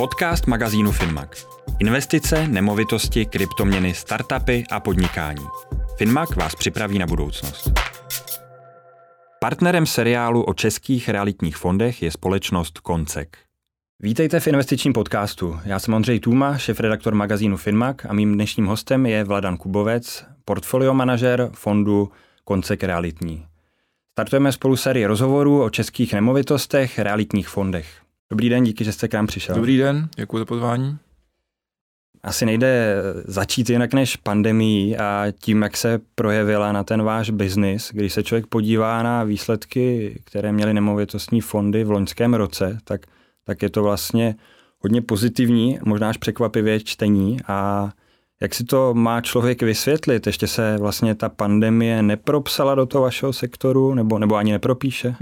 Podcast magazínu Finmag. Investice, nemovitosti, kryptoměny, startupy a podnikání. Finmag vás připraví na budoucnost. Partnerem seriálu o českých realitních fondech je společnost Koncek. Vítejte v investičním podcastu. Já jsem Ondřej Tůma, šéfredaktor magazínu Finmag a mým dnešním hostem je Vladan Kubovec, portfolio manažer fondu Koncek realitní. Startujeme spolu sérii rozhovorů o českých nemovitostech, realitních fondech. Dobrý den, díky, že jste k nám přišel. Dobrý den, děkuji za pozvání. Asi nejde začít jinak než pandemií a tím, jak se projevila na ten váš biznis. Když se člověk podívá na výsledky, které měly nemovitostní fondy v loňském roce, tak je to vlastně hodně pozitivní, možná až překvapivě čtení. A jak si to má člověk vysvětlit? Ještě se vlastně ta pandemie nepropsala do toho vašeho sektoru, nebo ani nepropíše?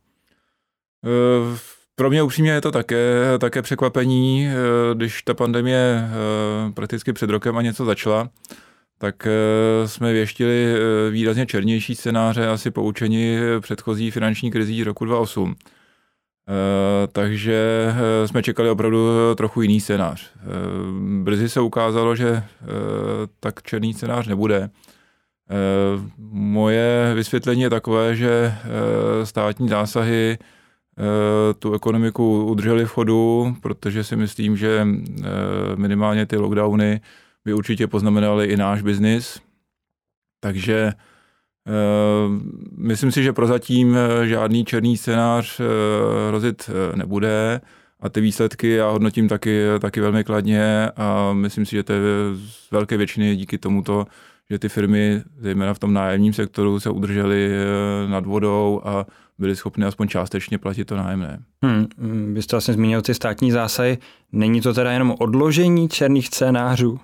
Pro mě upřímně je to také překvapení, když ta pandemie prakticky před rokem a něco začala, tak jsme věštili výrazně černější scénáře, asi poučeni předchozí finanční krizí roku 2008. Takže jsme čekali opravdu trochu jiný scénář. Brzy se ukázalo, že tak černý scénář nebude. Moje vysvětlení je takové, že státní zásahy tu ekonomiku udrželi v chodu, protože si myslím, že minimálně ty lockdowny by určitě poznamenaly i náš biznis. Takže myslím si, že prozatím žádný černý scénář hrozit nebude a ty výsledky já hodnotím taky velmi kladně a myslím si, že to je z velké většiny díky tomuto, že ty firmy, zejména v tom nájemním sektoru, se udržely nad vodou a byly schopny aspoň částečně platit to nájemné. Vy jste vlastně zmínil ty státní zásahy. Není to teda jenom odložení černých scénářů?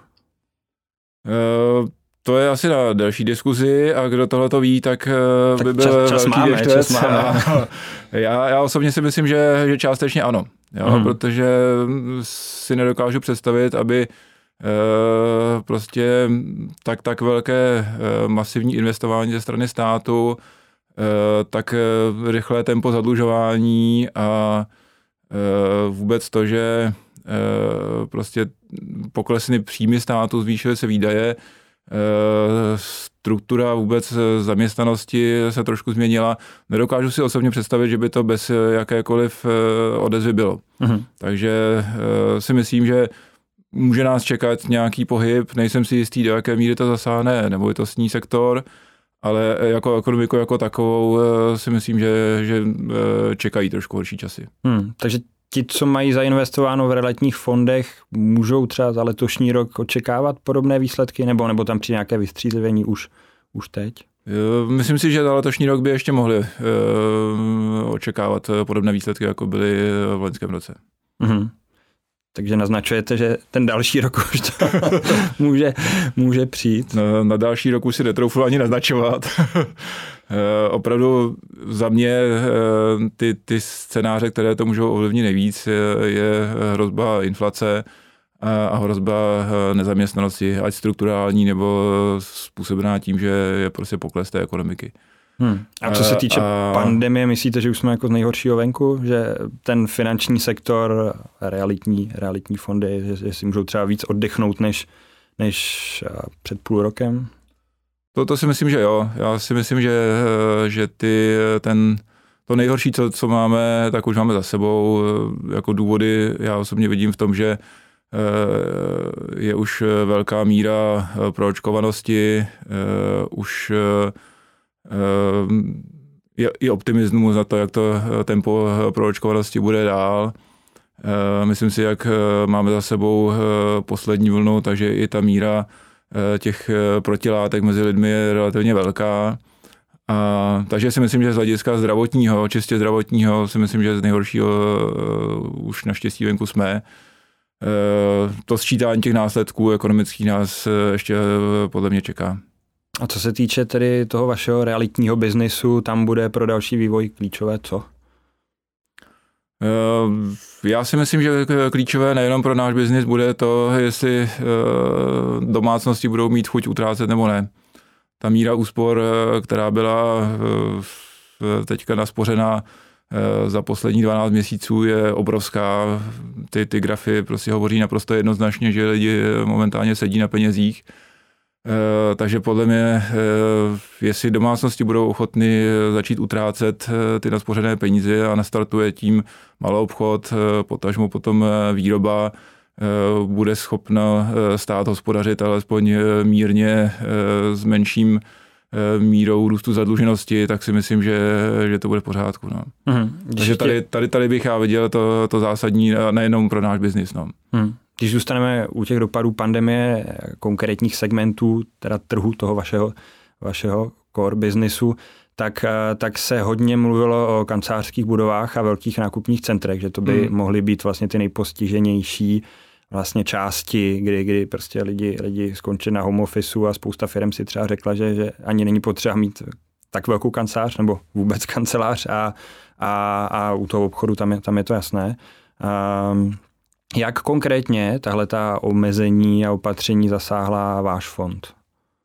To je asi na další diskuzi a kdo tohleto ví, tak by byl čas velký věštec. Já osobně si myslím, že částečně ano, jo, protože si nedokážu představit, aby prostě tak velké masivní investování ze strany státu, tak rychlé tempo zadlužování a vůbec to, že prostě poklesly příjmy státu, zvýšily se výdaje, struktura vůbec zaměstnanosti se trošku změnila. Nedokážu si osobně představit, že by to bez jakékoliv odezvy bylo. Takže si myslím, že může nás čekat nějaký pohyb, nejsem si jistý, do jaké míry to zasáhne nemovitostní sektor, ale jako ekonomiku jako takovou si myslím, že čekají trošku horší časy. Takže ti, co mají zainvestováno v realitních fondech, můžou třeba za letošní rok očekávat podobné výsledky, nebo tam při nějaké vystřízlivění už teď? Myslím si, že za letošní rok by ještě mohli očekávat podobné výsledky, jako byly v loňském roce. Takže naznačujete, že ten další rok už to může přijít. Na další rok už si netroufnu ani naznačovat. Opravdu za mě ty scénáře, které to můžou ovlivnit nejvíc, je hrozba inflace a hrozba nezaměstnanosti, ať strukturální nebo způsobená tím, že je prostě pokles té ekonomiky. A co se týče pandemie, myslíte, že už jsme jako z nejhoršího venku? Že ten finanční sektor, realitní fondy, že si můžou třeba víc oddechnout než před půl rokem? To si myslím, že jo. Já si myslím, že to nejhorší, co máme, tak už máme za sebou. Jako důvody já osobně vidím v tom, že je už velká míra proočkovanosti, už je i optimismus na to, jak to tempo proočkovanosti bude dál. Myslím si, jak máme za sebou poslední vlnu, takže i ta míra těch protilátek mezi lidmi je relativně velká. Takže si myslím, že z hlediska čistě zdravotního, si myslím, že z nejhoršího už naštěstí venku jsme. To sčítání těch následků ekonomických nás ještě podle mě čeká. A co se týče tedy toho vašeho realitního biznisu, tam bude pro další vývoj klíčové co? Já si myslím, že klíčové nejenom pro náš biznis bude to, jestli domácnosti budou mít chuť utrácet nebo ne. Ta míra úspor, která byla teďka naspořena za poslední 12 měsíců, je obrovská. ty grafy prostě hovoří naprosto jednoznačně, že lidi momentálně sedí na penězích. Takže podle mě, jestli domácnosti budou ochotny začít utrácet ty naspořené peníze a nastartuje tím maloobchod, potažmo potom výroba, bude schopna stát hospodařit alespoň mírně s menším mírou růstu zadluženosti, tak si myslím, že to bude v pořádku. No. Takže tady bych já viděl to zásadní, nejenom pro náš biznis. No. Když zůstaneme u těch dopadů pandemie, konkrétních segmentů, teda trhu toho vašeho core businessu, tak se hodně mluvilo o kancelářských budovách a velkých nákupních centrech, že to by mohly být vlastně ty nejpostiženější vlastně části, kdy prostě lidi skončí na home officeu a spousta firm si třeba řekla, že ani není potřeba mít tak velkou kancelář nebo vůbec kancelář a u toho obchodu tam je to jasné. Jak konkrétně tahle ta omezení a opatření zasáhla váš fond?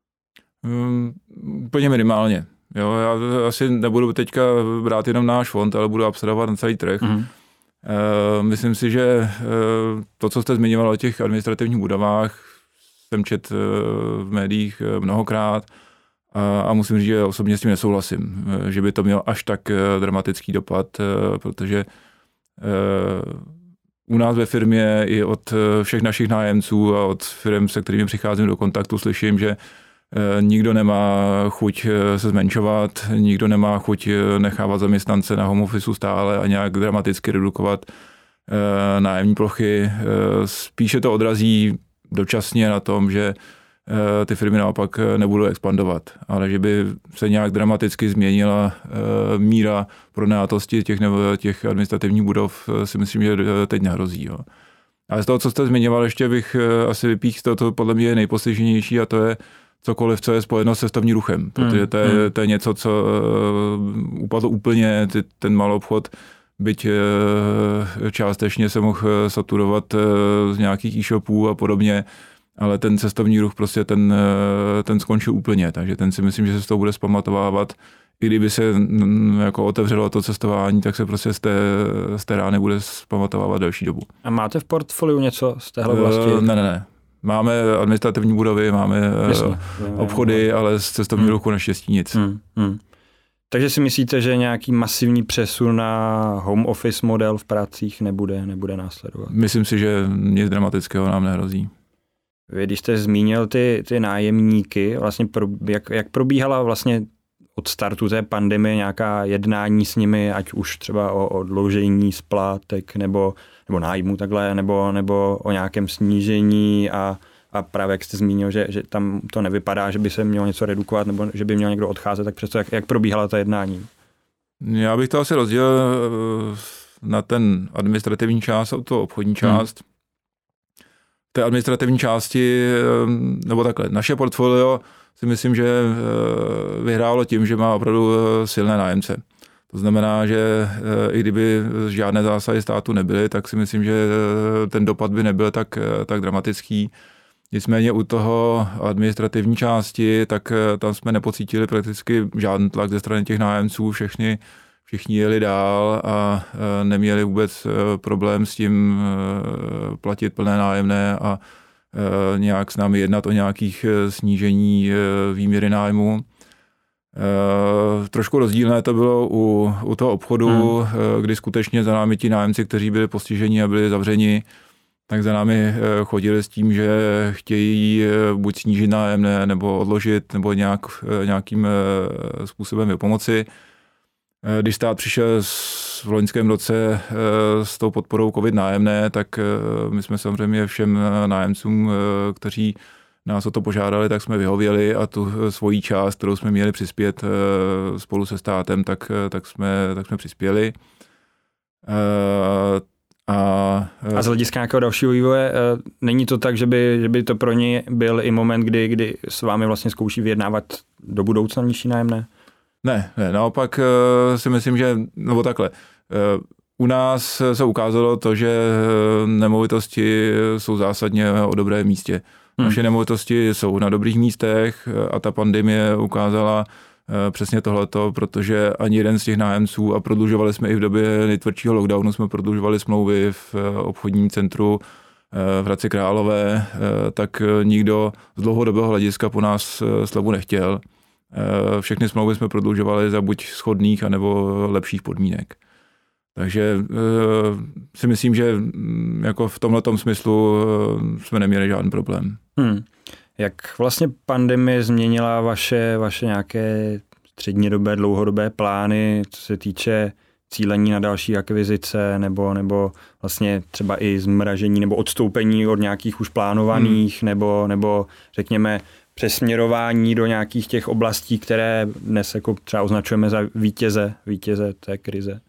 Úplně minimálně. Jo, já asi nebudu teďka brát jenom náš fond, ale budu observovat na celý trh. Myslím si, že to, co jste zmiňoval o těch administrativních budovách, jsem četl v médiích mnohokrát a musím říct, že osobně s tím nesouhlasím, že by to mělo až tak dramatický dopad, protože u nás ve firmě i od všech našich nájemců a od firm, se kterými přicházím do kontaktu, slyším, že nikdo nemá chuť se zmenšovat, nikdo nemá chuť nechávat zaměstnance na home officeu stále a nějak dramaticky redukovat nájemní plochy. Spíše to odrazí dočasně na tom, že ty firmy naopak nebudou expandovat, ale že by se nějak dramaticky změnila míra pronajatosti těch administrativních budov, si myslím, že teď nehrozí. Jo. Ale z toho, co jste zmiňoval, ještě bych asi vypíchl to podle mě je nejpostiženější, a to je cokoliv, co je spojeno s cestovním ruchem, protože to je něco, co upadlo úplně, ten maloobchod, byť částečně se mohl saturovat z nějakých e-shopů a podobně, ale ten cestovní ruch prostě ten skončil úplně, takže ten si myslím, že se z toho bude zpamatovávat. I kdyby se jako otevřelo to cestování, tak se prostě z té rány bude zpamatovávat delší dobu. A máte v portfoliu něco z téhle oblasti? Ne. Máme administrativní budovy, máme obchody, ale z cestovního ruchu naštěstí nic. Takže si myslíte, že nějaký masivní přesun na home office model v pracích nebude následovat? Myslím si, že nic dramatického nám nehrozí. Vy, když jste zmínil ty nájemníky, vlastně jak probíhala vlastně od startu té pandemie nějaká jednání s nimi, ať už třeba o odložení splátek nebo nájmu takhle, nebo o nějakém snížení a právě jak jste zmínil, že tam to nevypadá, že by se mělo něco redukovat nebo že by měl někdo odcházet, tak přesto jak probíhala ta jednání? Já bych to asi rozdělil na ten administrativní část a tu obchodní část. V té administrativní části, nebo takhle, naše portfolio si myslím, že vyhrálo tím, že má opravdu silné nájemce. To znamená, že i kdyby žádné zásahy státu nebyly, tak si myslím, že ten dopad by nebyl tak dramatický. Nicméně u toho administrativní části, tak tam jsme nepocítili prakticky žádný tlak ze strany těch nájemců, všichni jeli dál a neměli vůbec problém s tím platit plné nájemné a nějak s námi jednat o nějakých snížení výměry nájmu. Trošku rozdílné to bylo u toho obchodu, kdy skutečně za námi ti nájemci, kteří byli postiženi a byli zavřeni, tak za námi chodili s tím, že chtějí buď snížit nájemné, nebo odložit, nebo nějakým způsobem vypomoci. Když stát přišel v loňském roce s tou podporou COVID nájemné, tak my jsme samozřejmě všem nájemcům, kteří nás o to požádali, tak jsme vyhověli a tu svoji část, kterou jsme měli přispět spolu se státem, tak jsme přispěli. A z hlediska nějakého dalšího vývoje, není to tak, že by to pro ně byl i moment, kdy s vámi vlastně zkouší vyjednávat do budoucna nižší nájemné? Ne, naopak si myslím, že, nebo takhle, u nás se ukázalo to, že nemovitosti jsou zásadně o dobrém místě. Naše nemovitosti jsou na dobrých místech a ta pandemie ukázala přesně tohleto, protože ani jeden z těch nájemců, a prodlužovali jsme i v době nejtvrdšího lockdownu, jsme prodlužovali smlouvy v obchodním centru v Hradci Králové, tak nikdo z dlouhodobého hlediska po nás slevu nechtěl. Všechny smlouvy jsme prodlužovali za buď shodných, anebo lepších podmínek. Takže si myslím, že jako v tomhletom smyslu jsme neměli žádný problém. Jak vlastně pandemie změnila vaše nějaké střednědobé, dlouhodobé plány, co se týče cílení na další akvizice nebo vlastně třeba i zmražení nebo odstoupení od nějakých už plánovaných nebo řekněme přesměrování do nějakých těch oblastí, které dnes jako třeba označujeme za vítěze té krize?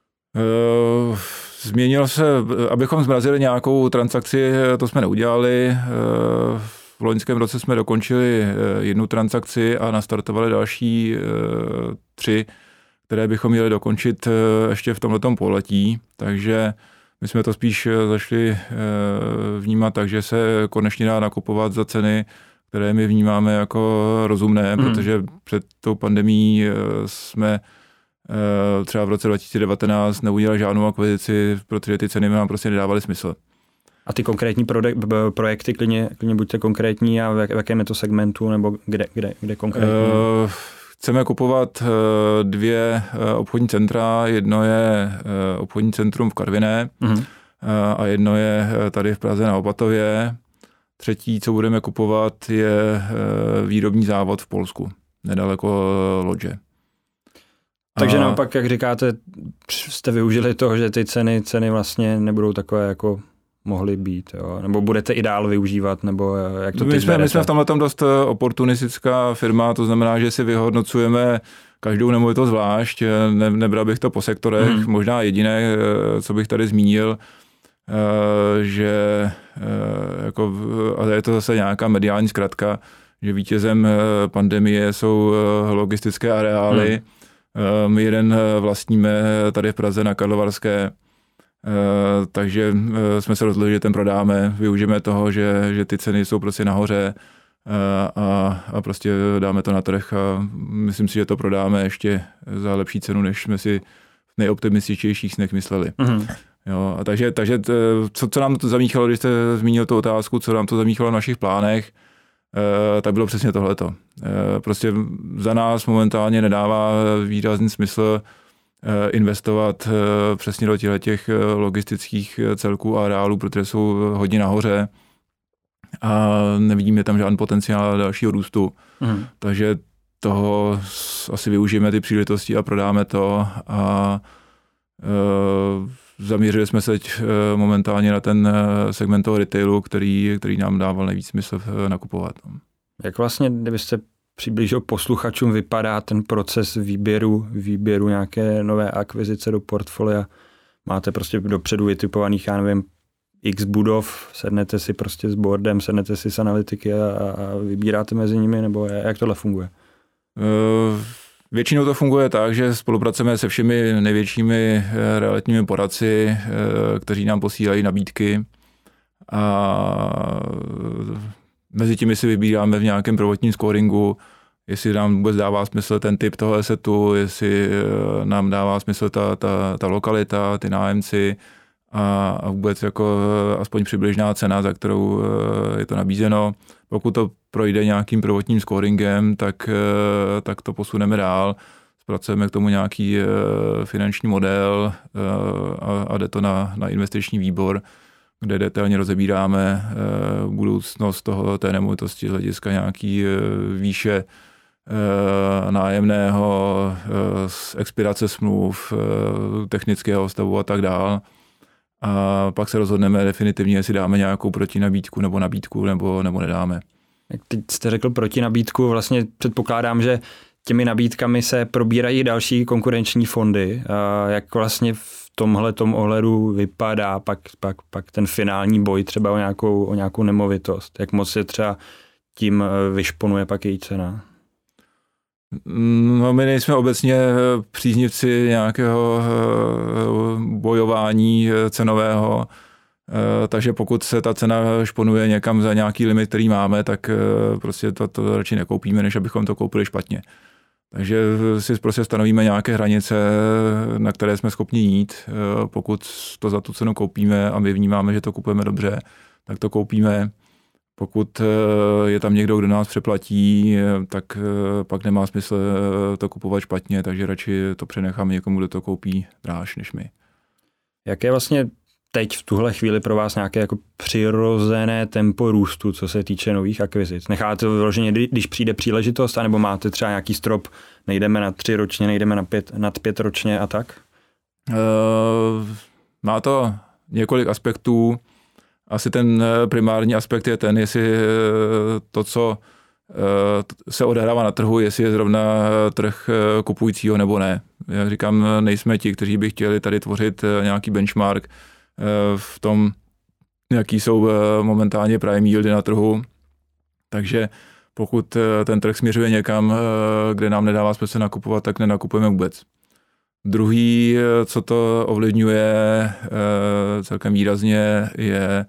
Změnilo se, abychom zmrazili nějakou transakci, to jsme neudělali. V loňském roce jsme dokončili 1 transakci a nastartovali další 3, které bychom měli dokončit ještě v tomhletom pololetí. Takže my jsme to spíš zašli vnímat tak, že se konečně dá nakupovat za ceny, které my vnímáme jako rozumné, protože před tou pandemií jsme třeba v roce 2019 neudělali žádnou akvizici, protože ty ceny nám prostě nedávaly smysl. A ty konkrétní projekty, klidně buďte konkrétní a v jakém je to segmentu nebo kde konkrétně? Chceme kupovat 2 obchodní centra, jedno je obchodní centrum v Karviné a jedno je tady v Praze na Opatově. Třetí, co budeme kupovat, je výrobní závod v Polsku, nedaleko Lodže. Takže naopak, jak říkáte, jste využili toho, že ty ceny vlastně nebudou takové, jako mohly být, jo? Nebo budete i dál využívat, nebo jak to my jsme v tomhletom dost oportunistická firma, to znamená, že si vyhodnocujeme každou nemovitost zvlášť, nebral bych to po sektorech, možná jediné, co bych tady zmínil, že jako, a je to zase nějaká mediální zkratka, že vítězem pandemie jsou logistické areály. My jeden vlastníme tady v Praze na Karlovarské, takže jsme se rozhodli, že ten prodáme, využijeme toho, že ty ceny jsou prostě nahoře a prostě dáme to na trh a myslím si, že to prodáme ještě za lepší cenu, než jsme si v nejoptimističtějších snech mysleli. Jo, a takže co nám to zamíchalo, když jste zmínil tu otázku, co nám to zamíchalo v našich plánech, tak bylo přesně tohleto. Prostě za nás momentálně nedává výrazný smysl investovat přesně do těch logistických celků a areálů, protože jsou hodně nahoře a nevidíme tam žádný potenciál dalšího růstu. Takže toho asi využijeme ty příležitosti a prodáme to a zaměřili jsme se teď momentálně na ten segment toho retailu, který nám dával nejvíc smysl nakupovat. Jak vlastně, kdybyste přiblížil posluchačům, vypadá ten proces výběru nějaké nové akvizice do portfolia? Máte prostě dopředu vytipovaných, já nevím, x budov, sednete si prostě s boardem, sednete si s analytiky a vybíráte mezi nimi, nebo jak tohle funguje? Většinou to funguje tak, že spolupracujeme se všemi největšími realitními poradci, kteří nám posílají nabídky a mezi tím si vybíráme v nějakém prvotním scoringu, jestli nám vůbec dává smysl ten typ toho assetu, jestli nám dává smysl ta lokalita, ty nájemci a vůbec jako aspoň přibližná cena, za kterou je to nabízeno. Pokud to projde nějakým prvotním scoringem, tak to posuneme dál. Zpracujeme k tomu nějaký finanční model a jde to na investiční výbor, kde detailně rozebíráme budoucnost té nemovitosti z hlediska nějaký výše nájemného, expirace smluv, technického stavu a tak dál. A pak se rozhodneme definitivně, jestli dáme nějakou protinabídku nebo nedáme. Jak teď jste řekl protinabídku, vlastně předpokládám, že těmi nabídkami se probírají další konkurenční fondy. A jak vlastně v tomhletom ohledu vypadá pak ten finální boj třeba o nějakou nemovitost? Jak moc se třeba tím vyšponuje pak její cena? No, my nejsme obecně příznivci nějakého bojování cenového, takže pokud se ta cena šponuje někam za nějaký limit, který máme, tak prostě to radši nekoupíme, než abychom to koupili špatně. Takže si prostě stanovíme nějaké hranice, na které jsme schopni jít. Pokud to za tu cenu koupíme a my vnímáme, že to kupujeme dobře, tak to koupíme. Pokud je tam někdo, kdo nás přeplatí, tak pak nemá smysl to kupovat špatně, takže radši to přenecháme někomu, kdo to koupí dráž než my. Jak je vlastně teď v tuhle chvíli pro vás nějaké jako přirozené tempo růstu, co se týče nových akvizic? Necháte to vyloženě, když přijde příležitost, anebo máte třeba nějaký strop, nejdeme na 3 ročně, nejdeme nad 5 ročně a tak? Má to několik aspektů. Asi ten primární aspekt je ten, jestli to, co se odehrává na trhu, jestli je zrovna trh kupujícího nebo ne. Jak říkám, nejsme ti, kteří by chtěli tady tvořit nějaký benchmark v tom, jaký jsou momentálně prime yieldy na trhu. Takže pokud ten trh směřuje někam, kde nám nedává smysl nakupovat, tak nenakupujeme vůbec. Druhý, co to ovlivňuje celkem výrazně, je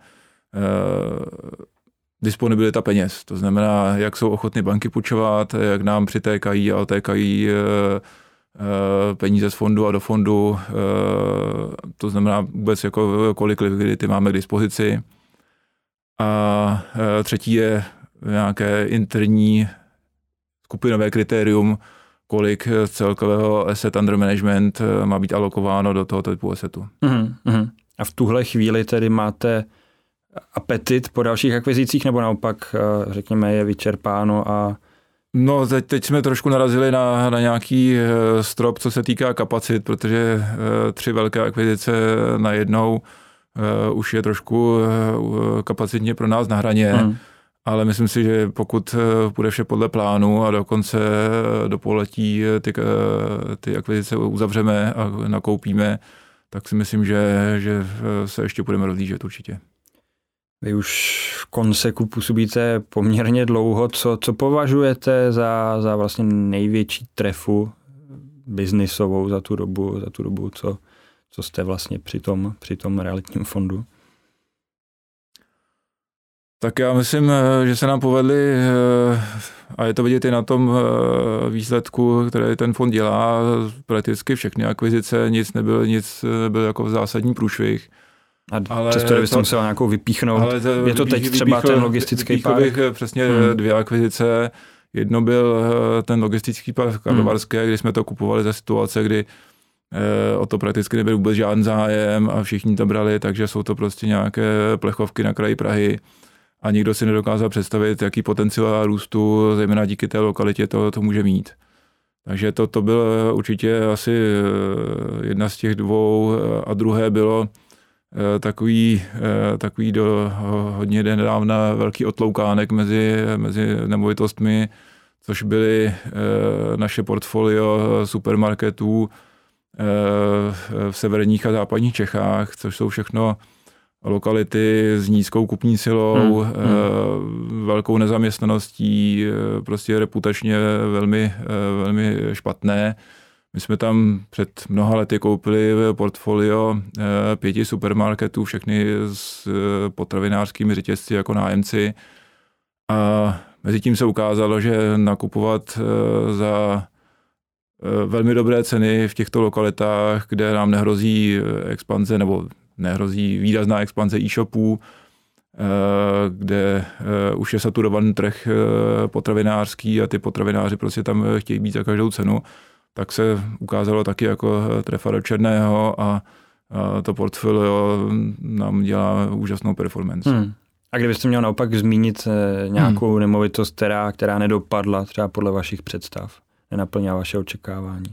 disponibilita peněz. To znamená, jak jsou ochotny banky půjčovat, jak nám přitékají a otékají peníze z fondu a do fondu. To znamená vůbec jako kolik likvidity máme k dispozici. A třetí je nějaké interní skupinové kritérium, kolik z celkového asset under management má být alokováno do toho typu assetu. A v tuhle chvíli tedy máte apetit po dalších akvizicích, nebo naopak, řekněme, je vyčerpáno a... No, teď jsme trošku narazili na nějaký strop, co se týká kapacit, protože 3 velké akvizice najednou už je trošku kapacitně pro nás na hraně. Ale myslím si, že pokud bude vše podle plánu a dokonce do pololetí ty akvizice uzavřeme a nakoupíme, tak si myslím, že se ještě budeme rozlížet určitě. Vy už v Konseku působíte poměrně dlouho. Co považujete za vlastně největší trefu biznisovou za tu dobu, co jste vlastně při tom realitním fondu? Tak já myslím, že se nám povedly, a je to vidět i na tom výsledku, který ten fond dělá, prakticky všechny akvizice, nic nebyl jako zásadní průšvih. A přesto, kdybyste musel nějakou vypíchnout, je to teď třeba ten logistický park? Přesně 2 akvizice. Jedno byl ten logistický park Karlovarské, kdy jsme to kupovali za situace, kdy o to prakticky nebyl vůbec žádný zájem a všichni to brali, takže jsou to prostě nějaké plechovky na kraji Prahy. A nikdo si nedokázal představit, jaký potenciál růstu, zejména díky té lokalitě, to může mít. Takže to byl určitě asi jedna z těch 2 a druhé bylo takový hodně nedávna velký otloukánek mezi nemovitostmi, což byly naše portfolio supermarketů v severních a západních Čechách, což jsou všechno lokality s nízkou kupní silou, velkou nezaměstnaností, prostě reputačně velmi, velmi špatné. My jsme tam před mnoha lety koupili portfolio 5 supermarketů, všechny s potravinářskými řetězci jako nájemci. A mezi tím se ukázalo, že nakupovat za velmi dobré ceny v těchto lokalitách, kde nám nehrozí expanze nebo nehrozí výrazná expanze e-shopů, kde už je saturovaný trh potravinářský a ty potravináři prostě tam chtějí být za každou cenu, tak se ukázalo taky jako trefa do černého a to portfolio nám dělá úžasnou performance. A kdybyste měl naopak zmínit nějakou nemovitost, která nedopadla třeba podle vašich představ, nenaplnila vaše očekávání?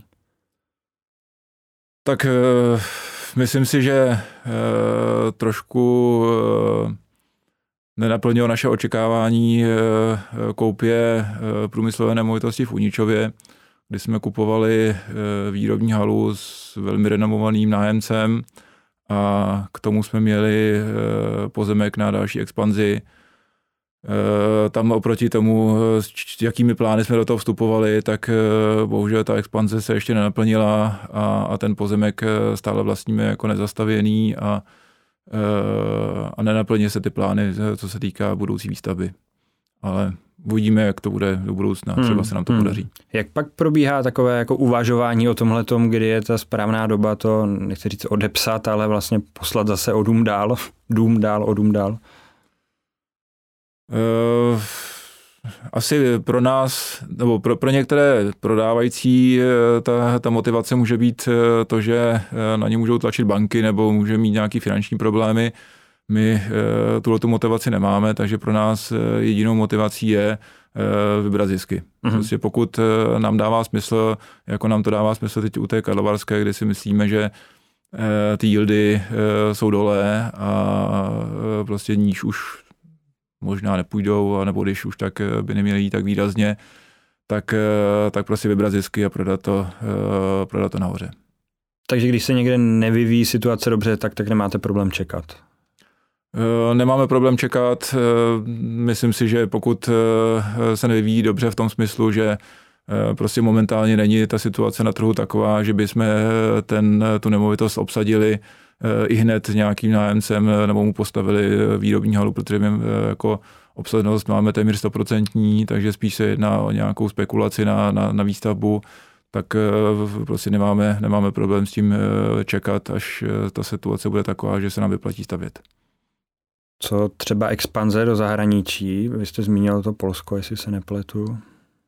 Tak myslím si, že trošku nenaplnilo naše očekávání koupě průmyslové nemovitosti v Uničově, kdy jsme kupovali výrobní halu s velmi renomovaným nájemcem a k tomu jsme měli pozemek na další expanzi. Tam oproti tomu, s jakými plány jsme do toho vstupovali, tak bohužel ta expanze se ještě nenaplnila a ten pozemek stále vlastníme jako nezastavěný a nenaplní se ty plány, co se týká budoucí výstavby. ale uvidíme, jak to bude do budoucna, třeba se nám to podaří. Jak pak probíhá takové jako uvažování o tomhletom, kdy je ta správná doba to, nechci říct odepsat, ale vlastně poslat zase o dům dál, o dům dál? Asi pro nás, nebo pro některé prodávající ta motivace může být to, že na ně můžou tlačit banky nebo může mít nějaké finanční problémy. My tuhletu motivaci nemáme, takže pro nás jedinou motivací je vybrat zisky. Prostě pokud nám dává smysl, jako nám to dává smysl teď u té Karlovarské, kde si myslíme, že ty yieldy jsou dole a prostě níž už možná nepůjdou, nebo když už tak by neměli jít tak výrazně, tak prostě vybrat zisky a prodat to nahoře. Takže když se někde nevyvíjí situace dobře, tak nemáte problém čekat? Nemáme problém čekat. Myslím si, že pokud se nevyvíjí dobře v tom smyslu, že prostě momentálně není ta situace na trhu taková, že bychom tu nemovitost obsadili i hned nějakým nájemcem nebo mu postavili výrobní halu, protože my jako obsazenost máme téměř 100%, takže spíš se jedná o nějakou spekulaci na výstavbu, tak prostě nemáme problém s tím čekat, až ta situace bude taková, že se nám vyplatí stavět. Co třeba expanze do zahraničí? Vy jste zmínil to Polsko, jestli se nepletu.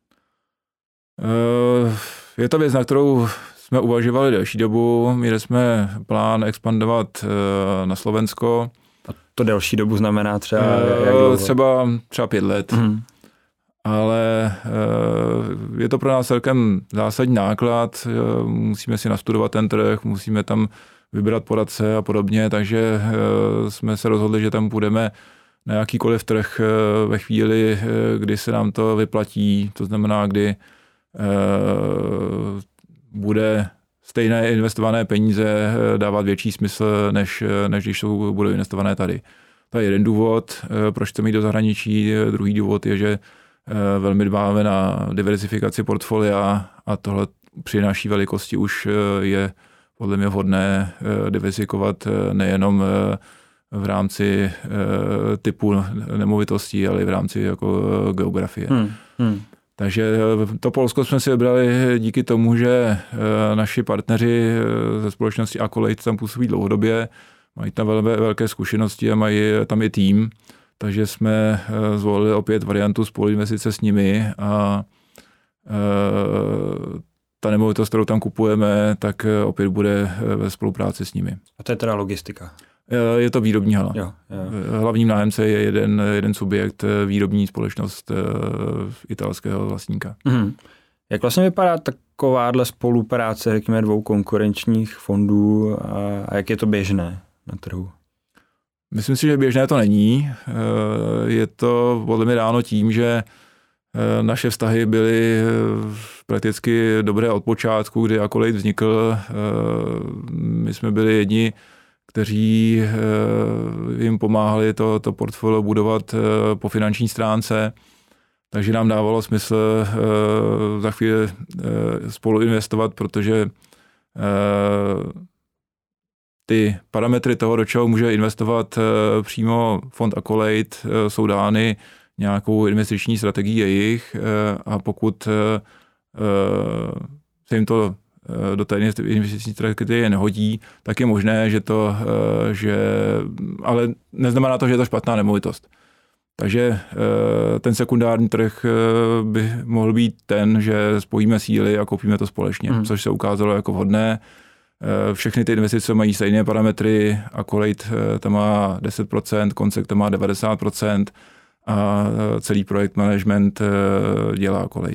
Je to věc, na kterou jsme uvažovali delší dobu. Měli jsme plán expandovat na Slovensko. A to delší dobu znamená třeba jak dlouho? Třeba 5 let. Ale je to pro nás celkem zásadní náklad. Musíme si nastudovat ten trh, musíme tam vybrat poradce a podobně, takže jsme se rozhodli, že tam půjdeme na jakýkoliv trh ve chvíli, kdy se nám to vyplatí, to znamená, kdy bude stejné investované peníze dávat větší smysl, než když budou investované tady. To je jeden důvod, proč chceme jít do zahraničí. Druhý důvod je, že velmi dbáme na diversifikaci portfolia a tohle při naší velikosti už je podle mě vhodné diversifikovat nejenom v rámci typu nemovitostí, ale i v rámci jako geografie. Takže to Polsko jsme si vybrali díky tomu, že naši partneři ze společnosti Accolade tam působí dlouhodobě, mají tam velké zkušenosti a mají tam i tým, takže jsme zvolili opět variantu spoluinvestice s nimi a ta nemovitost, kterou tam kupujeme, tak opět bude ve spolupráci s nimi. A to je teda logistika? Je to výrobní hala. Jo. Hlavním nájemce je jeden subjekt, výrobní společnost italského vlastníka. Jak vlastně vypadá takováhle spolupráce, řekněme, 2 konkurenčních fondů a jak je to běžné na trhu? Myslím si, že běžné to není. Je to podle mě dáno tím, že naše vztahy byly prakticky dobré od počátku, kdy Accolade vznikl. My jsme byli jedni, kteří jim pomáhali to portfolio budovat po finanční stránce, takže nám dávalo smysl za chvíli spolu investovat, protože ty parametry toho, do čeho může investovat přímo fond Accolade, jsou dány nějakou investiční strategii jejich a pokud se jim to do té investiční strategie nehodí, tak je možné, ale neznamená to, že je to špatná nemovitost. Takže ten sekundární trh by mohl být ten, že spojíme síly a koupíme to společně, což se ukázalo jako vhodné. Všechny ty investice mají stejné parametry, Accolade tam má 10%, Koncek tam má 90% a celý projekt management dělá Accolade.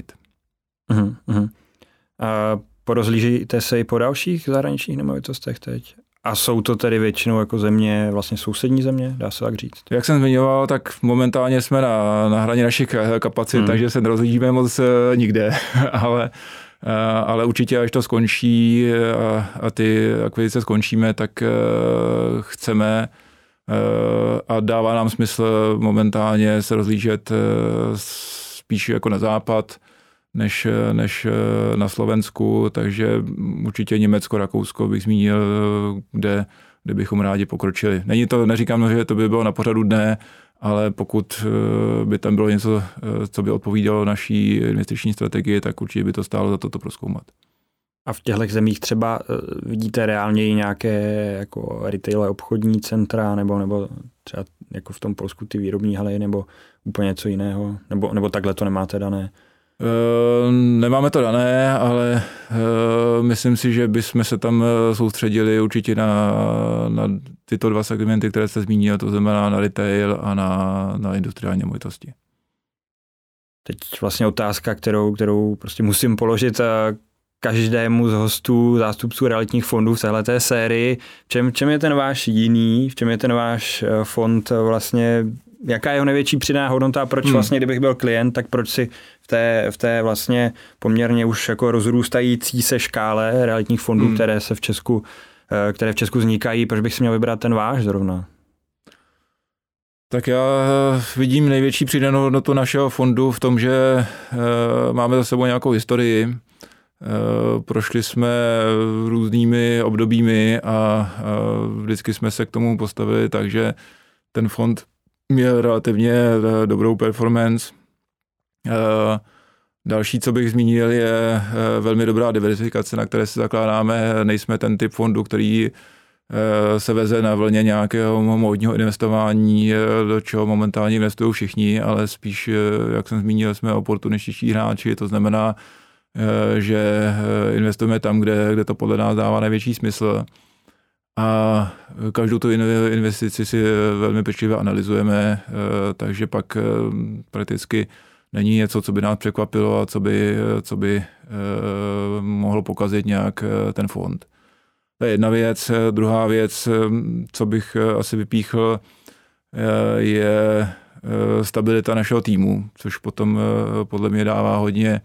Porozlížíte se i po dalších zahraničních nemovitostech teď? A jsou to tedy většinou jako země, vlastně sousední země, dá se tak říct? Jak jsem zmiňoval, tak momentálně jsme na hraně našich kapacit, takže se nerozlížíme moc nikde, ale určitě, až to skončí a ty akvizice skončíme, tak chceme a dává nám smysl momentálně se rozlížet spíš jako na západ, než na Slovensku, takže určitě Německo, Rakousko bych zmínil, kde bychom rádi pokročili. Neříkám, že to by bylo na pořadu dne, ale pokud by tam bylo něco, co by odpovídalo naší investiční strategii, tak určitě by to stálo za to prozkoumat. A v těchto zemích třeba vidíte reálně i nějaké jako retailové obchodní centra, nebo třeba jako v tom Polsku ty výrobní haly, nebo úplně něco jiného, nebo takhle to nemáte dané? Nemáme to dané, ale myslím si, že bychom se tam soustředili určitě na tyto dva segmenty, které jste zmínil, to znamená na retail a na industriální nemovitosti. Teď vlastně otázka, kterou prostě musím položit každému z hostů, zástupců realitních fondů v téhleté sérii. V čem je ten váš jiný, v čem je ten váš fond vlastně, jaká je jeho největší přidaná hodnota a proč vlastně, kdybych byl klient, tak proč si v té vlastně poměrně už jako rozrůstající se škále realitních fondů, které v Česku vznikají, proč bych si měl vybrat ten váš zrovna? Tak já vidím největší přidanou hodnotu našeho fondu v tom, že máme za sebou nějakou historii. Prošli jsme různými obdobími a vždycky jsme se k tomu postavili, takže ten fond měl relativně dobrou performance. Další, co bych zmínil, je velmi dobrá diversifikace, na které se zakládáme. Nejsme ten typ fondu, který se veze na vlně nějakého módního investování, do čeho momentálně investují všichni, ale spíš, jak jsem zmínil, jsme oportunističtí hráči, to znamená, že investujeme tam, kde to podle nás dává největší smysl. A každou tu investici si velmi pečlivě analyzujeme, takže pak prakticky není něco, co by nás překvapilo a co by mohlo pokazit nějak ten fond. To je jedna věc. Druhá věc, co bych asi vypíchl, je stabilita našeho týmu, což potom podle mě dává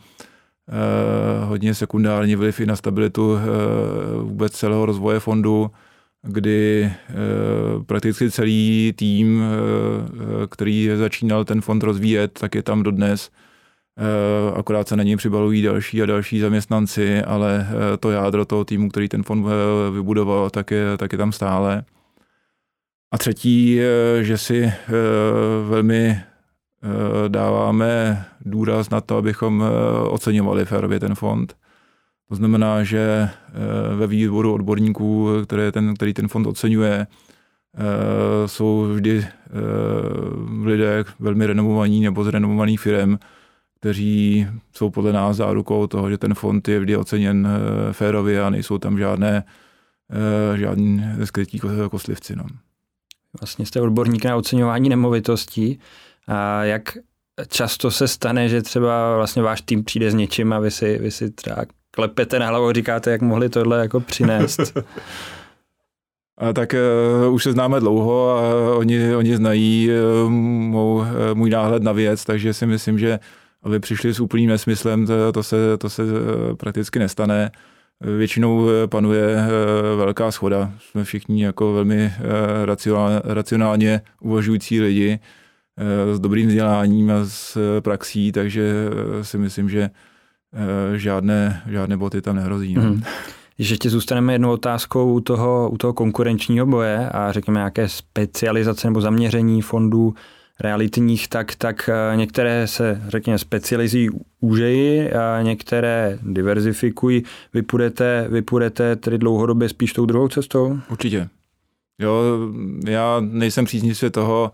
hodně sekundární vliv i na stabilitu vůbec celého rozvoje fondu, kdy prakticky celý tým, který začínal ten fond rozvíjet, tak je tam dodnes. Akorát se na něj přibalují další a další zaměstnanci, ale to jádro toho týmu, který ten fond vybudoval, tak je tam stále. A třetí, že si velmi dáváme důraz na to, abychom oceňovali férově ten fond. To znamená, že ve výboru odborníků, který ten fond oceňuje, jsou vždy lidé velmi renomovaní nebo z renomovaných firem, kteří jsou podle nás zárukou toho, že ten fond je vždy oceněn férově a nejsou tam žádní skrytí kostlivci. No. Vlastně jste odborník na oceňování nemovitostí. A jak často se stane, že třeba vlastně váš tým přijde s něčím a vy si třeba klepete na hlavu a říkáte, jak mohli tohle jako přinést? A tak už se známe dlouho a oni znají můj náhled na věc, takže si myslím, že aby přišli s úplným nesmyslem, to se prakticky nestane. Většinou panuje velká shoda. Jsme všichni jako velmi racionálně uvažující lidi s dobrým vzděláním a s praxí, takže si myslím, že žádné boty tam nehrozí. No. Když ještě zůstaneme jednou otázkou u toho konkurenčního boje a řekněme nějaké specializace nebo zaměření fondů realitních, tak některé se, řekněme, specializují úžeji a některé diverzifikují. Vy půjdete tedy dlouhodobě spíš tou druhou cestou? Určitě. Jo, já nejsem příznivce toho,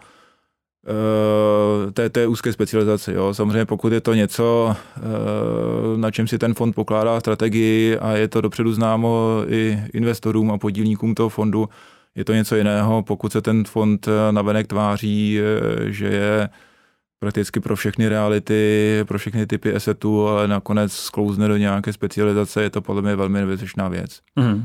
té úzké specializace. Jo. Samozřejmě pokud je to něco, na čem si ten fond pokládá strategii a je to dopředu známo i investorům a podílníkům toho fondu, je to něco jiného, pokud se ten fond navenek tváří, že je prakticky pro všechny reality, pro všechny typy assetů, ale nakonec sklouzne do nějaké specializace, je to podle mě velmi nebezpečná věc.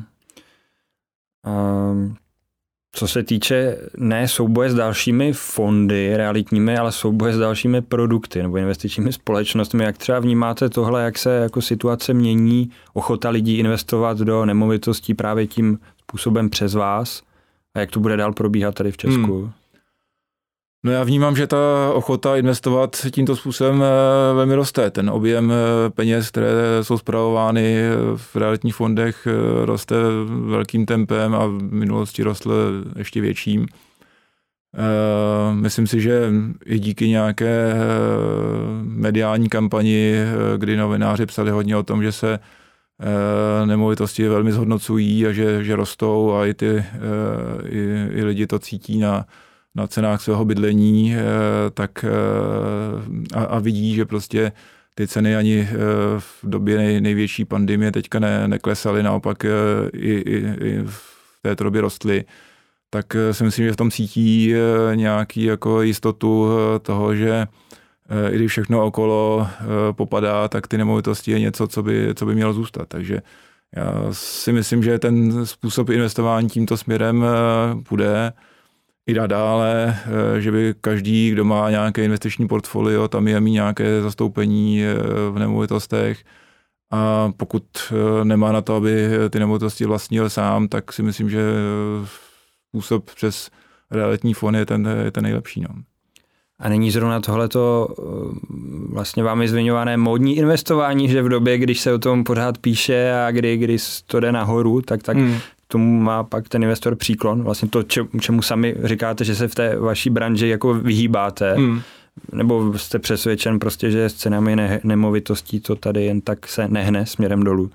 Co se týče ne souboje s dalšími fondy realitními, ale souboje s dalšími produkty nebo investičními společnostmi, jak třeba vnímáte tohle, jak se jako situace mění, ochota lidí investovat do nemovitostí právě tím způsobem přes vás a jak to bude dál probíhat tady v Česku? No já vnímám, že ta ochota investovat tímto způsobem velmi roste. Ten objem peněz, které jsou spravovány v realitních fondech, roste velkým tempem a v minulosti rostl ještě větším. Myslím si, že i díky nějaké mediální kampani, kdy novináři psali hodně o tom, že se nemovitosti velmi zhodnocují a že rostou a i lidi to cítí na cenách svého bydlení, tak a vidí, že prostě ty ceny ani v době největší pandemie teďka neklesaly, naopak i v této době rostly, tak si myslím, že v tom cítí nějaký jako jistotu toho, že i když všechno okolo popadá, tak ty nemovitosti je něco, co by mělo zůstat. Takže já si myslím, že ten způsob investování tímto směrem půjde i nadále, že by každý, kdo má nějaké investiční portfolio, tam je mít nějaké zastoupení v nemovitostech a pokud nemá na to, aby ty nemovitosti vlastnil sám, tak si myslím, že způsob přes realitní fond je ten nejlepší. No. A není zrovna tohleto vlastně vámi zmiňované módní investování, že v době, když se o tom pořád píše a kdy to jde nahoru, tak tomu má pak ten investor příklon. Vlastně to, čemu sami říkáte, že se v té vaší branži jako vyhýbáte, nebo jste přesvědčen prostě, že s cenami nemovitostí to tady jen tak se nehne směrem dolů?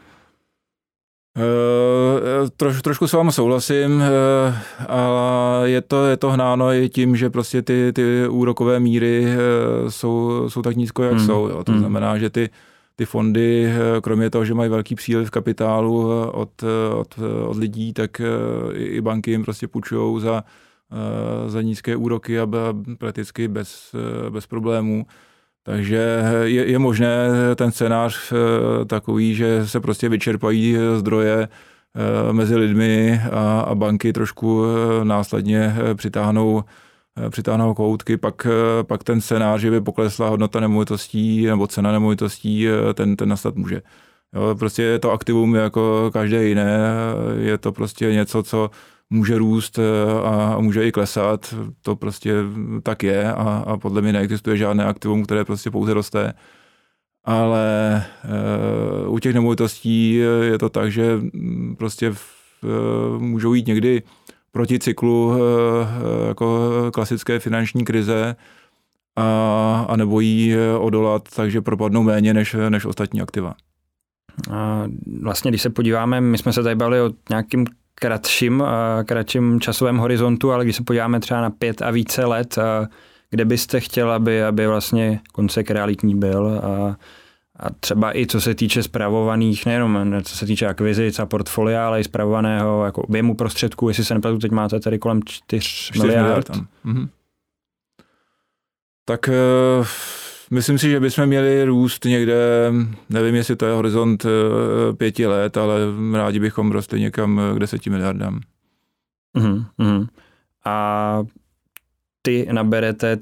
Trošku s vámi souhlasím, ale je to hnáno i tím, že prostě ty úrokové míry jsou tak nízko, jak jsou. Jo. To znamená, že ty fondy, kromě toho, že mají velký příliv kapitálu od lidí, tak i banky jim prostě půjčujou za nízké úroky a prakticky bez problémů. Takže je možné ten scénář takový, že se prostě vyčerpají zdroje mezi lidmi a banky trošku následně přitáhnou kohoutky, pak ten scénář, že by poklesla hodnota nemovitostí nebo cena nemovitostí, ten nastat může. Jo, prostě je to aktivum jako každé jiné, je to prostě něco, co může růst a může i klesat, to prostě tak je a podle mě neexistuje žádné aktivum, které prostě pouze roste. Ale u těch nemovitostí je to tak, že prostě můžou jít někdy proti cyklu jako klasické finanční krize a nebo jí odolat, takže propadnou méně než ostatní aktiva. A vlastně, když se podíváme, my jsme se tady bavili o nějakým kratším časovém horizontu, ale když se podíváme třeba na 5 a více let, kde byste chtěl, aby vlastně koncek realitní byl a třeba i co se týče spravovaných, nejenom co se týče akvizic a portfolia, ale i spravovaného jako objemu prostředků, jestli se nepletu, teď máte tady kolem 4 miliard. Tak myslím si, že bychom měli růst někde, nevím, jestli to je horizont 5 let, ale rádi bychom rostli někam k 10 miliardám. A ty naberete,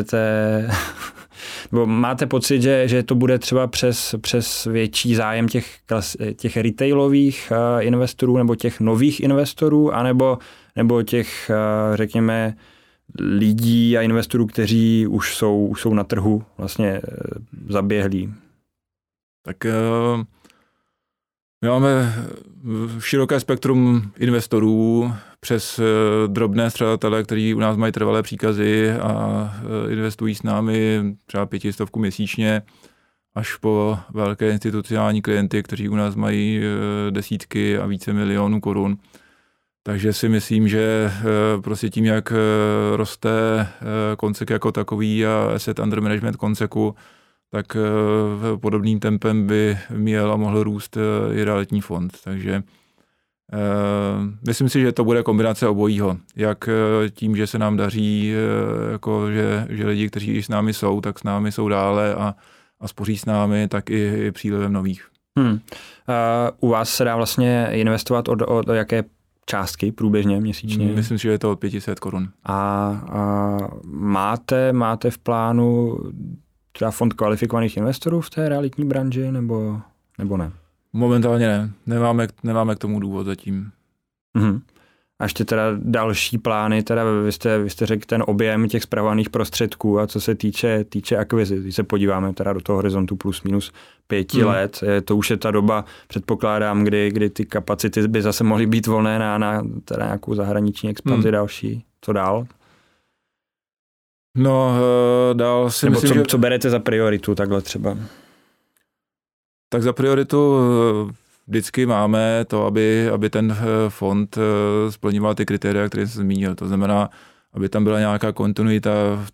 nebo máte pocit, že to bude třeba přes větší zájem těch retailových investorů nebo těch nových investorů, nebo těch, řekněme, lidí a investorů, kteří už jsou na trhu vlastně zaběhlí? Tak my máme široké spektrum investorů přes drobné střadatele, kteří u nás mají trvalé příkazy a investují s námi třeba 500 měsíčně, až po velké institucionální klienty, kteří u nás mají desítky a více milionů korun. Takže si myslím, že prostě tím, jak roste koncek jako takový a asset under management konceku, tak podobným tempem by měl a mohl růst i realitní fond. Takže myslím si, že to bude kombinace obojího. Jak tím, že se nám daří, jako že lidi, kteří s námi jsou, tak s námi jsou dále a spoří s námi, tak i přílivem nových. U vás se dá vlastně investovat od jaké částky průběžně měsíčně? Myslím si, že je to od 500 korun. A máte v plánu třeba fond kvalifikovaných investorů v té realitní branži, nebo ne? Momentálně ne. Nemáme k tomu důvod zatím. A ještě teda další plány, teda vy jste řekl ten objem těch spravovaných prostředků a co se týče akvizic. Když se podíváme teda do toho horizontu plus minus 5 let, to už je ta doba, předpokládám, kdy ty kapacity by zase mohly být volné na teda nějakou zahraniční expanzi další. Co dál? No, dál si Nebo myslím, co berete za prioritu takhle třeba? Tak za prioritu vždycky máme to, aby ten fond splňoval ty kritéria, které jsem zmínil. To znamená, aby tam byla nějaká kontinuita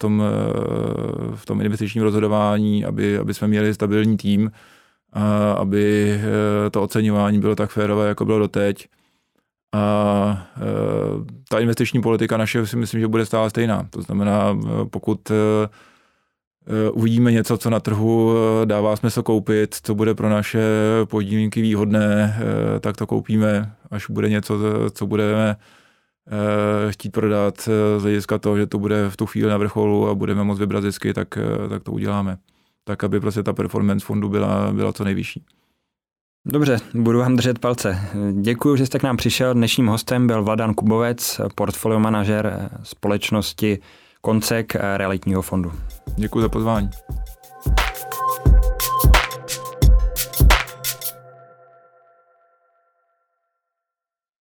v tom investičním rozhodování, aby jsme měli stabilní tým, a aby to oceňování bylo tak férové, jako bylo doteď. A ta investiční politika naše si myslím, že bude stále stejná. To znamená, pokud uvidíme něco, co na trhu dává smysl koupit, co bude pro naše podílníky výhodné, tak to koupíme, až bude něco, co budeme chtít prodat z hlediska toho, že to bude v tu chvíli na vrcholu a budeme moct vybrat zisky, tak to uděláme. Tak, aby prostě ta performance fondu byla co nejvyšší. Dobře, budu vám držet palce. Děkuji, že jste k nám přišel. Dnešním hostem byl Vladan Kubovec, portfolio manažer společnosti Koncek realitního fondu. Děkuji za pozvání.